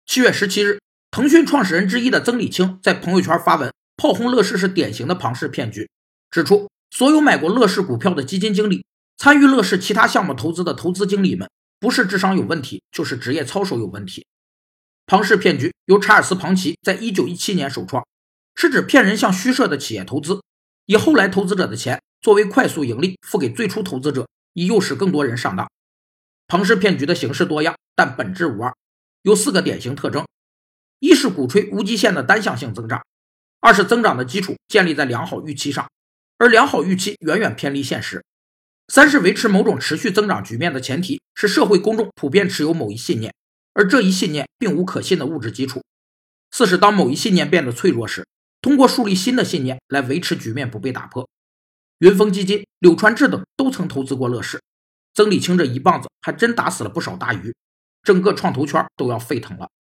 7月17日，腾讯创始人之一的曾理清在朋友圈发文，炮轰乐视是典型的庞氏骗局，指出所有买过乐视股票的基金经理，参与乐视其他项目投资的投资经理们，不是智商有问题，就是职业操守有问题。庞氏骗局由查尔斯·庞奇在1917年首创，是指骗人向虚设的企业投资，以后来投资者的钱作为快速盈利付给最初投资者，以诱使更多人上当。庞氏骗局的形式多样，但本质无二，有4个典型特征：一是鼓吹无极限的单向性增长；二是增长的基础建立在良好预期上，而良好预期远远偏离现实；三是维持某种持续增长局面的前提是社会公众普遍持有某一信念，而这一信念并无可信的物质基础；四是当某一信念变得脆弱时，通过树立新的信念来维持局面不被打破。云峰基金、柳传志等都曾投资过乐视，曾理清这一棒子还真打死了不少大鱼，整个创投圈都要沸腾了。